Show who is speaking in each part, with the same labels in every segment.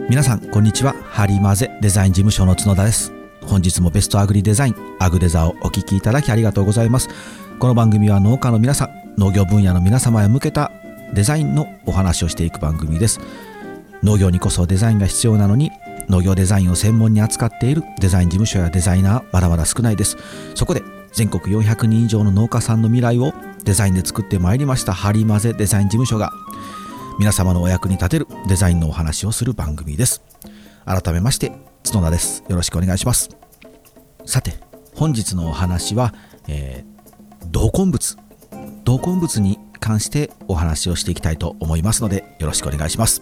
Speaker 1: 皆さんこんにちは。ハリマゼデザイン事務所の角田です。本日もベストアグリデザインアグデザをお聞きいただきありがとうございます。この番組は農家の皆さん、農業分野の皆様へ向けたデザインのお話をしていく番組です。農業にこそデザインが必要なのに、農業デザインを専門に扱っているデザイン事務所やデザイナーまだまだ少ないです。そこで全国400人以上の農家さんの未来をデザインで作ってまいりましたハリマゼデザイン事務所が、皆様のお役に立てるデザインのお話をする番組です。改めまして角田です。よろしくお願いします。さて本日のお話は、同梱物に関してお話をしていきたいと思いますので、よろしくお願いします。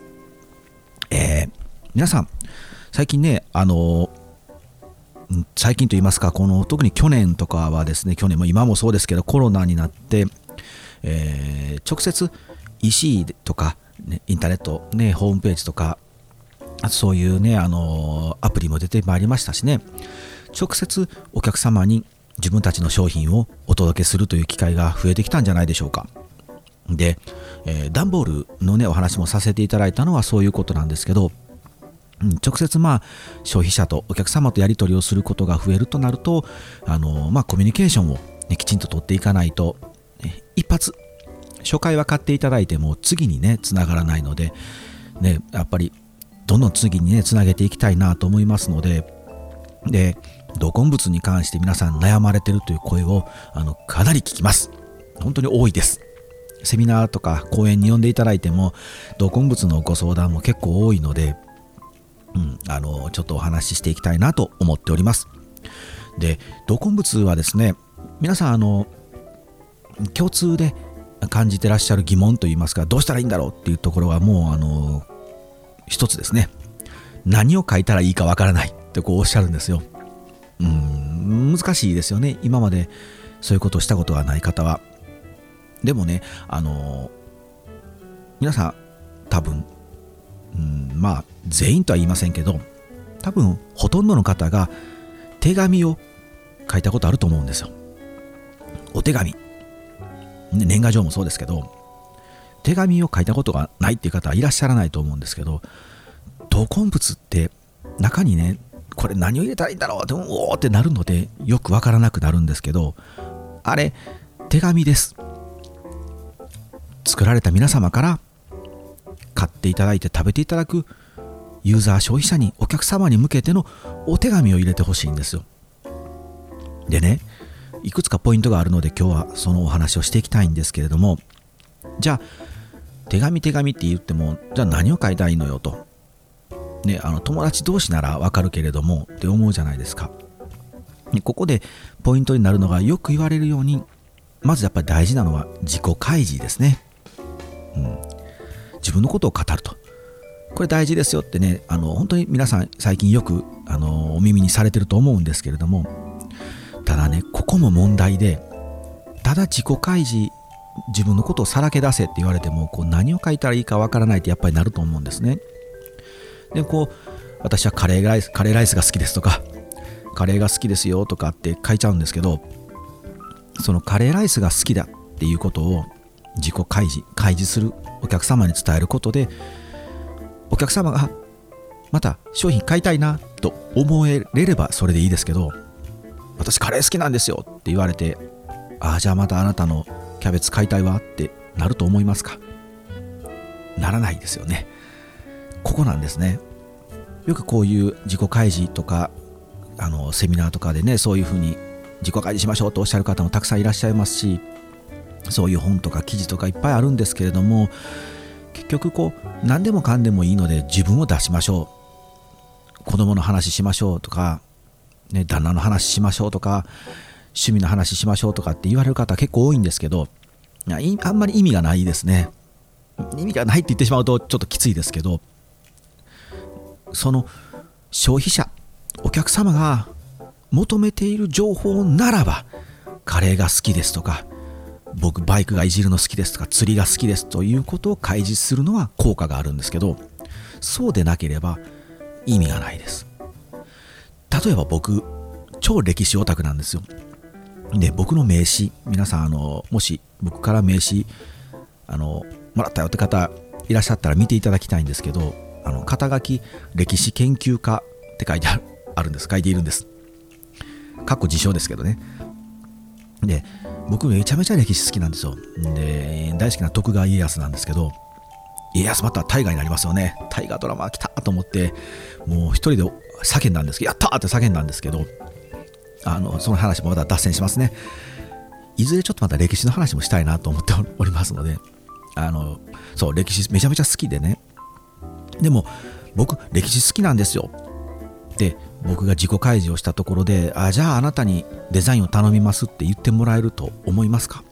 Speaker 1: 皆さん最近ね、最近といいますか、特に去年とかはですね、去年も今もそうですけど、コロナになって、直接 EC とか、ね、インターネット、ね、ホームページとか、そういうね、アプリも出てまいりましたしね、直接お客様に自分たちの商品をお届けするという機会が増えてきたんじゃないでしょうか。で、段ボールのねお話もさせていただいたのはそういうことなんですけど、直接消費者とお客様とやり取りをすることが増えるとなると、コミュニケーションを、ね、きちんと取っていかないと、一発初回は買っていただいても次にねつながらないので、ね、やっぱりどんどん次にねつなげていきたいなと思いますので、同梱物に関して皆さん悩まれてるという声をかなり聞きます。本当に多いです。セミナーとか講演に呼んでいただいても同梱物のご相談も結構多いので、ちょっとお話ししていきたいなと思っております。で、同梱物はですね、皆さん共通で感じてらっしゃる疑問といいますか、どうしたらいいんだろうっていうところはもう一つですね。何を書いたらいいかわからないっておっしゃるんですよ。難しいですよね。今までそういうことをしたことがない方は。でもね、皆さん多分、全員とは言いませんけど、多分ほとんどの方が手紙を書いたことあると思うんですよ。お手紙、年賀状もそうですけど、手紙を書いたことがないっていう方はいらっしゃらないと思うんですけど、同梱物って中にね、これ何を入れたらいいんだろうって、おーってなるのでよくわからなくなるんですけど、あれ手紙です。作られた皆様から買っていただいて食べていただくユーザー消費者に、お客様に向けてのお手紙を入れてほしいんですよ。でね、いくつかポイントがあるので今日はそのお話をしていきたいんですけれども、じゃあ手紙って言っても、じゃあ何を書いたらいいのよと、ね、友達同士ならわかるけれどもって思うじゃないですか。ここでポイントになるのが、よく言われるように、まずやっぱり大事なのは自己開示ですね。自分のことを語ると、これ大事ですよってね、本当に皆さん最近よくお耳にされてると思うんですけれども、ただね、ここも問題で、ただ自己開示、自分のことをさらけ出せって言われても、何を書いたらいいかわからないってやっぱりなると思うんですね。で、私はカレーライスが好きですとか、カレーが好きですよとかって書いちゃうんですけど、そのカレーライスが好きだっていうことを自己開示する、お客様に伝えることで、お客様がまた商品買いたいなと思えればそれでいいですけど、私カレー好きなんですよって言われて、じゃあまたあなたのキャベツ買いたいわってなると思いますか？ならないですよね。ここなんですね。よくこういう自己開示とかセミナーとかでね、そういうふうに自己開示しましょうとおっしゃる方もたくさんいらっしゃいますし、そういう本とか記事とかいっぱいあるんですけれども、結局何でもかんでもいいので自分を出しましょう、子供の話しましょうとか、ね、旦那の話しましょうとか、趣味の話しましょうとかって言われる方結構多いんですけど、あんまり意味がないですね。意味がないって言ってしまうとちょっときついですけど、その消費者、お客様が求めている情報ならば、カレーが好きですとか、僕バイクがいじるの好きですとか、釣りが好きですということを開示するのは効果があるんですけど、そうでなければ意味がないです。例えば僕超歴史オタクなんですよ。で、僕の名刺、皆さんもし僕から名刺もらったよって方いらっしゃったら見ていただきたいんですけど、 肩書き歴史研究家って書いているんです。かっこ自称ですけどね。で、僕めちゃめちゃ歴史好きなんですよ。で、大好きな徳川家康なんですけど、家康また大河になりますよね。大河ドラマ来たと思って、もう一人で叫んだんですけど、やったーって叫んだんですけど、その話もまた脱線しますね。いずれちょっとまた歴史の話もしたいなと思っておりますので、そう歴史めちゃめちゃ好きでね。でも僕歴史好きなんですよ。で、僕が自己開示をしたところで、じゃああなたにデザインを頼みますって言ってもらえると思いますか？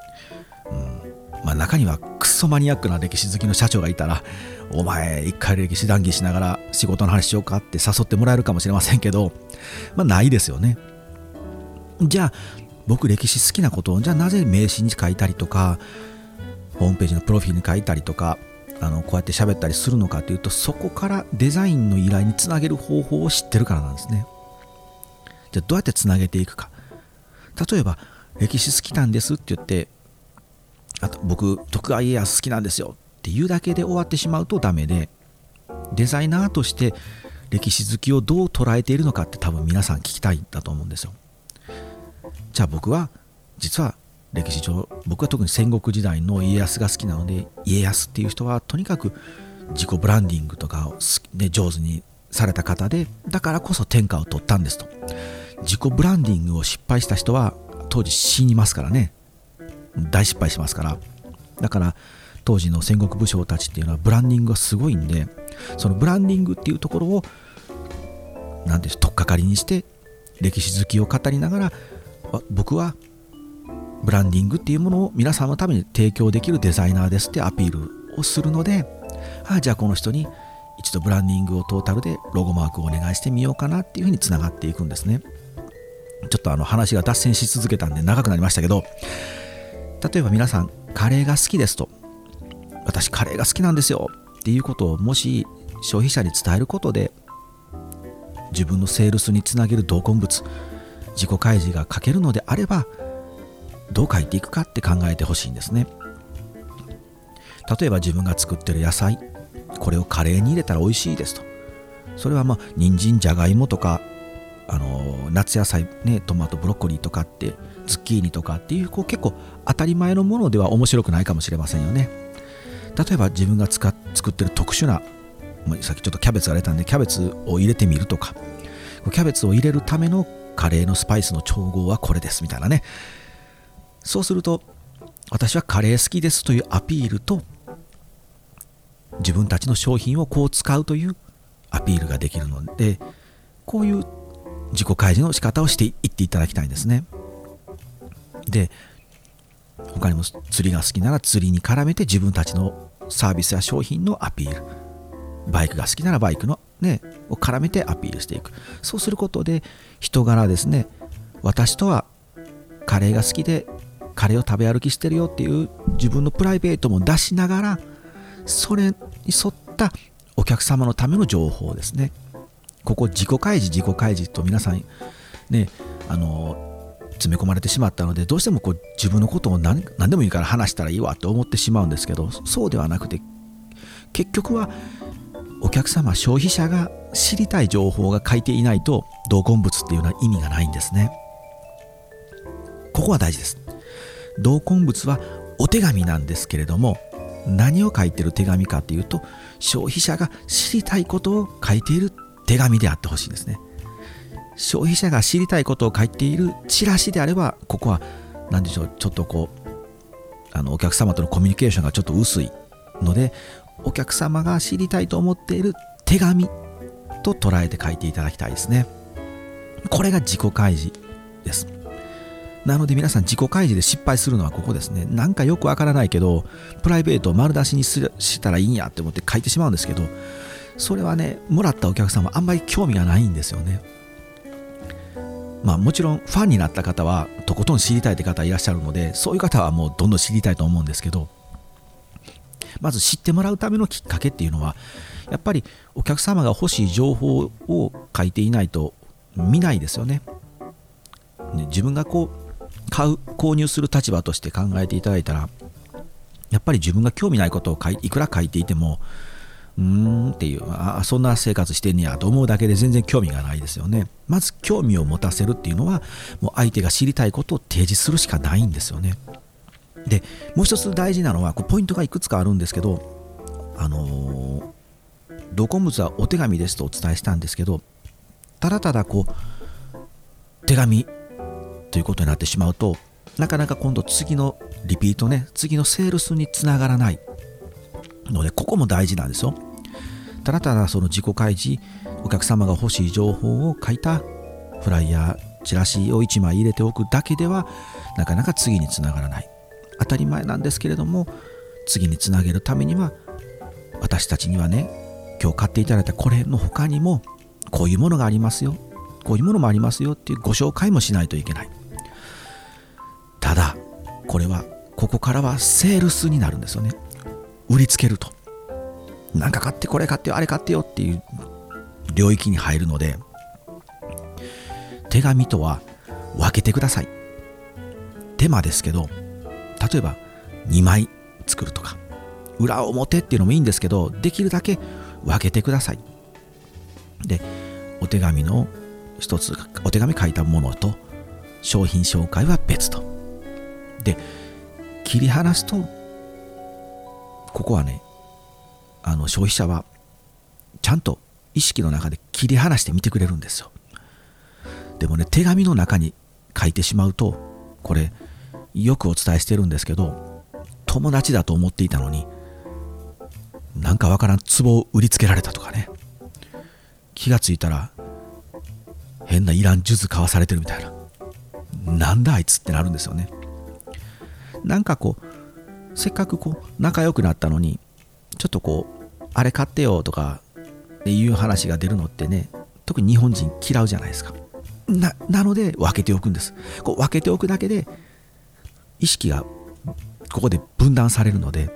Speaker 1: 中にはクソマニアックな歴史好きの社長がいたら、お前一回歴史談義しながら仕事の話しようかって誘ってもらえるかもしれませんけど、ないですよね。じゃあ僕歴史好きなことを、じゃあなぜ名刺に書いたりとかホームページのプロフィールに書いたりとかこうやって喋ったりするのかというと、そこからデザインの依頼につなげる方法を知ってるからなんですね。じゃあどうやってつなげていくか。例えば歴史好きなんですって言って、あと僕徳川家康好きなんですよって言うだけで終わってしまうとダメで、デザイナーとして歴史好きをどう捉えているのかって多分皆さん聞きたいんだと思うんですよ。じゃあ僕は実は歴史上、僕は特に戦国時代の家康が好きなので、家康っていう人はとにかく自己ブランディングとかを、上手にされた方で、だからこそ天下を取ったんですと。自己ブランディングを失敗した人は当時死にますからね。大失敗しますから。だから当時の戦国武将たちっていうのはブランディングがすごいんで、そのブランディングっていうところをなんていう取っかかりにして歴史好きを語りながら、僕はブランディングっていうものを皆さんのために提供できるデザイナーですってアピールをするので、じゃあこの人に一度ブランディングをトータルでロゴマークをお願いしてみようかなっていうふうにつながっていくんですね。ちょっと話が脱線し続けたんで長くなりましたけど、例えば皆さんカレーが好きですと、私カレーが好きなんですよっていうことをもし消費者に伝えることで、自分のセールスにつなげる同梱物、自己開示が書けるのであれば、どう書いていくかって考えてほしいんですね。例えば自分が作ってる野菜、これをカレーに入れたら美味しいですと。それは人参、じゃがいもとか夏野菜ね、トマト、ブロッコリーとかってズッキーニとかっていう結構当たり前のものでは面白くないかもしれませんよね。例えば自分が作ってる特殊な、さっきちょっとキャベツが出たんでキャベツを入れてみるとか、キャベツを入れるためのカレーのスパイスの調合はこれですみたいなね。そうすると私はカレー好きですというアピールと、自分たちの商品をこう使うというアピールができるので、こういう自己開示の仕方をしていっていただきたいんですね。で、他にも釣りが好きなら釣りに絡めて自分たちのサービスや商品のアピール、バイクが好きならバイクのねを絡めてアピールしていく。そうすることで人柄ですね、私とはカレーが好きでカレーを食べ歩きしてるよっていう自分のプライベートも出しながら、それに沿ったお客様のための情報ですね。ここ自己開示と皆さんね詰め込まれてしまったので、どうしても自分のことを何でもいいから話したらいいわと思ってしまうんですけど、そうではなくて、結局はお客様、消費者が知りたい情報が書いていないと同梱物っていうのは意味がないんですね。ここは大事です。同梱物はお手紙なんですけれども、何を書いてる手紙かというと、消費者が知りたいことを書いている手紙であってほしいんですね。消費者が知りたいことを書いているチラシであれば、ここは何でしょう、ちょっとお客様とのコミュニケーションがちょっと薄いので、お客様が知りたいと思っている手紙と捉えて書いていただきたいですね。これが自己開示です。なので皆さん、自己開示で失敗するのはここですね。なんかよくわからないけどプライベートを丸出しにしたらいいんやって思って書いてしまうんですけど、それはね、もらったお客様あんまり興味がないんですよね。もちろんファンになった方はとことん知りたいって方いらっしゃるので、そういう方はもうどんどん知りたいと思うんですけど、まず知ってもらうためのきっかけっていうのは、やっぱりお客様が欲しい情報を書いていないと見ないですよね。自分が購入する立場として考えていただいたら、やっぱり自分が興味ないことをいくら書いていてもっていう、そんな生活してんねやと思うだけで全然興味がないですよね。まず興味を持たせるっていうのは、もう相手が知りたいことを提示するしかないんですよね。でもう一つ大事なのは、ポイントがいくつかあるんですけど、同梱物はお手紙ですとお伝えしたんですけど、ただただ手紙ということになってしまうと、なかなか今度次のリピートね、次のセールスにつながらないので、ここも大事なんですよ。ただただその自己開示、お客様が欲しい情報を書いたフライヤー、チラシを1枚入れておくだけではなかなか次につながらない。当たり前なんですけれども、次につなげるためには、私たちにはね、今日買っていただいたこれの他にもこういうものがありますよ、こういうものもありますよっていうご紹介もしないといけない。ただこれはここからはセールスになるんですよね。売りつけると、なんか買って、これ買ってよ、あれ買ってよっていう領域に入るので、手紙とは分けてください。手間ですけど、例えば2枚作るとか、裏表っていうのもいいんですけど、できるだけ分けてください。で、お手紙の一つ、お手紙書いたものと商品紹介は別と。で、切り離すと、ここはね、消費者はちゃんと意識の中で切り離して見てくれるんですよ。でもね、手紙の中に書いてしまうと、これよくお伝えしてるんですけど、友達だと思っていたのに、なんかわからん壺を売りつけられたとかね、気がついたら変なイランジュズ買わされてるみたいな、なんだあいつってなるんですよね。なんかせっかく仲良くなったのに、ちょっとあれ買ってよとかっていう話が出るのってね、特に日本人嫌うじゃないですか。なので分けておくんです。分けておくだけで意識がここで分断されるので、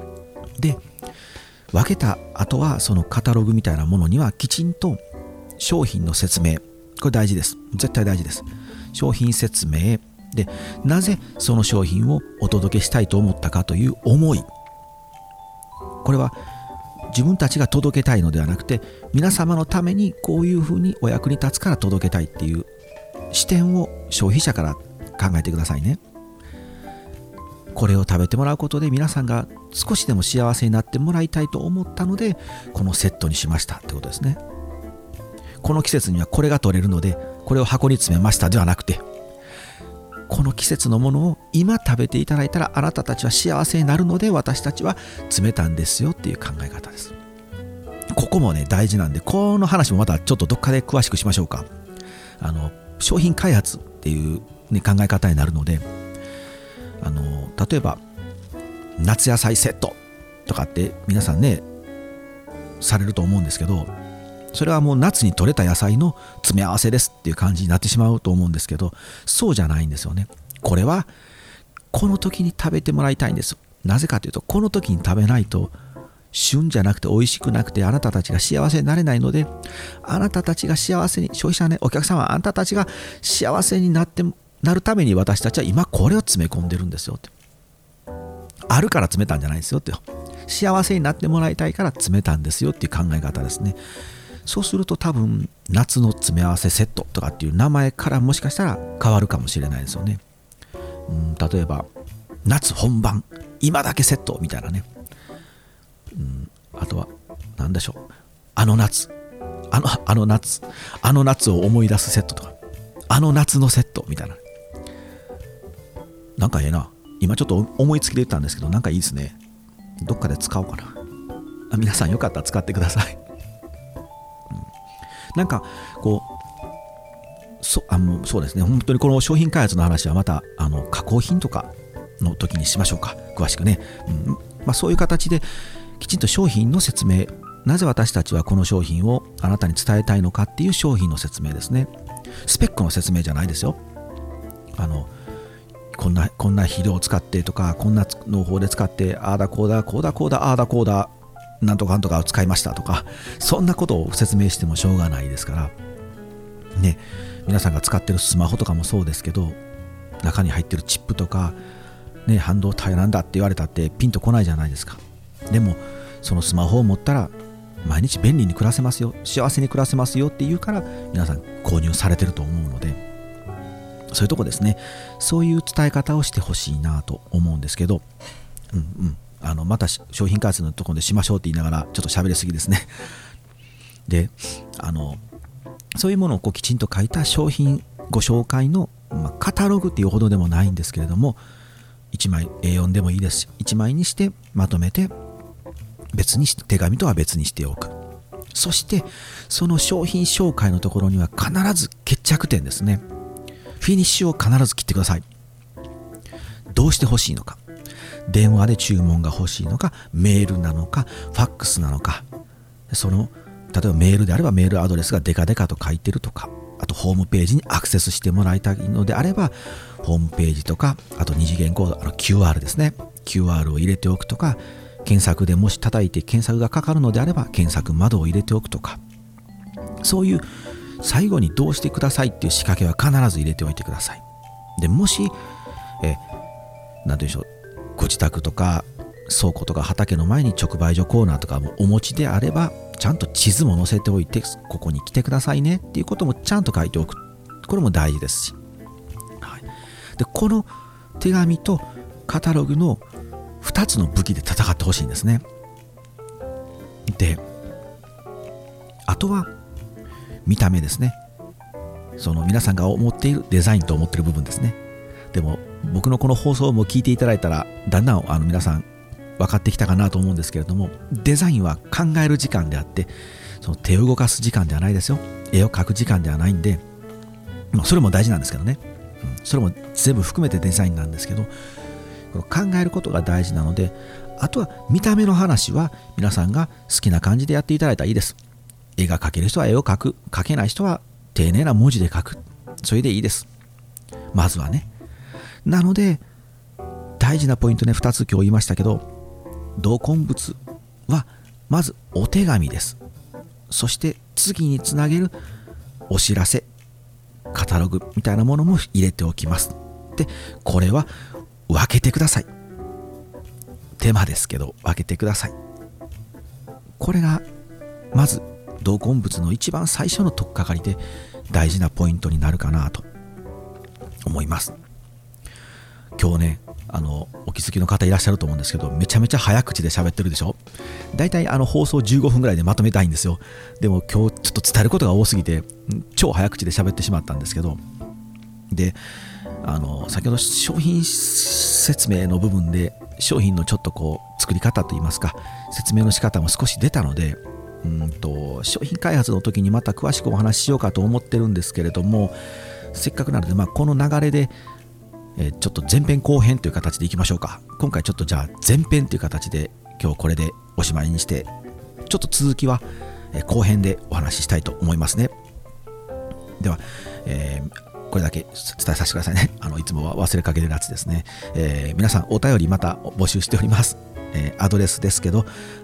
Speaker 1: 分けた後はそのカタログみたいなものにはきちんと商品の説明、これ大事です。絶対大事です。商品説明で、なぜその商品をお届けしたいと思ったかという思い、これは自分たちが届けたいのではなくて、皆様のためにこういうふうにお役に立つから届けたいっていう視点を消費者から考えてくださいね。これを食べてもらうことで皆さんが少しでも幸せになってもらいたいと思ったので、このセットにしましたってことですね。この季節にはこれが取れるのでこれを箱に詰めましたではなくて、この季節のものを今食べていただいたらあなたたちは幸せになるので私たちは詰めたんですよっていう考え方です。ここもね大事なんで、この話もまたちょっとどっかで詳しくしましょうか。商品開発っていう、ね、考え方になるので、例えば夏野菜セットとかって皆さんねされると思うんですけど、それはもう夏に採れた野菜の詰め合わせですっていう感じになってしまうと思うんですけど、そうじゃないんですよね。これはこの時に食べてもらいたいんです。なぜかというと、この時に食べないと旬じゃなくて美味しくなくてあなたたちが幸せになれないので、あなたたちが幸せに、消費者ね、お客様はあなたたちが幸せになるために私たちは今これを詰め込んでるんですよって。あるから詰めたんじゃないですよって。幸せになってもらいたいから詰めたんですよっていう考え方ですね。そうすると多分夏の詰め合わせセットとかっていう名前からもしかしたら変わるかもしれないですよね。例えば夏本番今だけセットみたいなね。あとは何でしょう、あの夏を思い出すセットとか、あの夏のセットみたいな。なんかええな。今ちょっと思いつきで言ったんですけど、なんかいいですね。どっかで使おうかな。皆さんよかったら使ってください。なんかそうですね。本当にこの商品開発の話はまた加工品とかの時にしましょうか。詳しくね。そういう形できちんと商品の説明、なぜ私たちはこの商品をあなたに伝えたいのかっていう商品の説明ですね。スペックの説明じゃないですよ。こんな肥料を使ってとか、こんな農法で使ってああだこうだああだこうだなんとかなんとかを使いましたとか、そんなことを説明してもしょうがないですからね。皆さんが使ってるスマホとかもそうですけど、中に入ってるチップとかね、半導体なんだって言われたってピンとこないじゃないですか。でもそのスマホを持ったら毎日便利に暮らせますよ、幸せに暮らせますよって言うから皆さん購入されてると思うので、そういうとこですね。そういう伝え方をしてほしいなと思うんですけど、また商品開発のところでしましょうって言いながらちょっと喋りすぎですね。で、そういうものをきちんと書いた商品ご紹介の、カタログっていうほどでもないんですけれども、1枚 A4 でもいいですし、1枚にしてまとめて別にして、手紙とは別にしておく。そしてその商品紹介のところには必ず決着点ですね、フィニッシュを必ず切ってください。どうしてほしいのか、電話で注文が欲しいのか、メールなのか、ファックスなのか、例えばメールであればメールアドレスがデカデカと書いてるとか、あとホームページにアクセスしてもらいたいのであればホームページとか、あと二次元コード、QR ですね、 QR を入れておくとか、検索でもし叩いて検索がかかるのであれば検索窓を入れておくとか、そういう最後にどうしてくださいっていう仕掛けは必ず入れておいてください。でもし何て言うんでしょう、ご自宅とか倉庫とか畑の前に直売所コーナーとかもお持ちであれば、ちゃんと地図も載せておいて、ここに来てくださいねっていうこともちゃんと書いておく。これも大事ですし、でこの手紙とカタログの2つの武器で戦ってほしいんですね。で、あとは見た目ですね。その皆さんが思っているデザインと思っている部分ですね。でも僕のこの放送も聞いていただいたらだんだん皆さん分かってきたかなと思うんですけれども、デザインは考える時間であって、その手を動かす時間ではないですよ。絵を描く時間ではないんで、それも大事なんですけどね、それも全部含めてデザインなんですけど、この考えることが大事なので、あとは見た目の話は皆さんが好きな感じでやっていただいたらいいです。絵が描ける人は絵を描く、描けない人は丁寧な文字で書く、それでいいです。まずはね。なので大事なポイントね、2つ今日言いましたけど、同梱物はまずお手紙です。そして次につなげるお知らせ、カタログみたいなものも入れておきます。で、これは分けてください。手間ですけど分けてください。これがまず同梱物の一番最初の取っかかりで大事なポイントになるかなと思います。今日ね、お気づきの方いらっしゃると思うんですけど、めちゃめちゃ早口で喋ってるでしょ。だいたい放送15分ぐらいでまとめたいんですよ。でも今日ちょっと伝えることが多すぎて超早口で喋ってしまったんですけど、で先ほど商品説明の部分で商品のちょっと作り方といいますか、説明の仕方も少し出たので、商品開発の時にまた詳しくお話ししようかと思ってるんですけれども、せっかくなので、この流れでちょっと前編後編という形でいきましょうか。今回ちょっとじゃあ前編という形で今日これでおしまいにして、ちょっと続きは後編でお話ししたいと思いますね。では、これだけ伝えさせてくださいね。いつもは忘れかけてるやつですね。皆さんお便りまた募集しております。アドレスですけど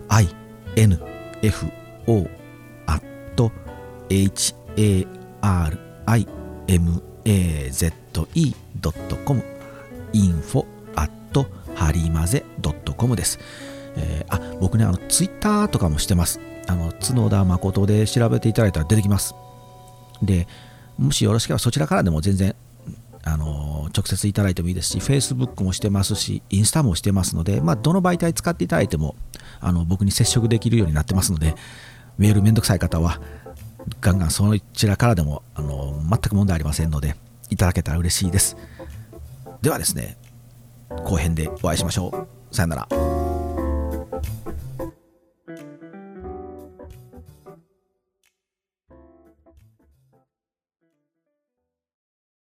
Speaker 1: info@harimaze.com info@harimaze.com です。僕ね、ツイッターとかもしてます。角田誠で調べていただいたら出てきます。で、もしよろしければそちらからでも全然直接いただいてもいいですし、 Facebook もしてますし、インスタもしてますので、どの媒体使っていただいても僕に接触できるようになってますので、メールめんどくさい方はガンガンそちらからでも全く問題ありませんので、いただけたら嬉しいです。ではですね、後編でお会いしましょう。さよなら。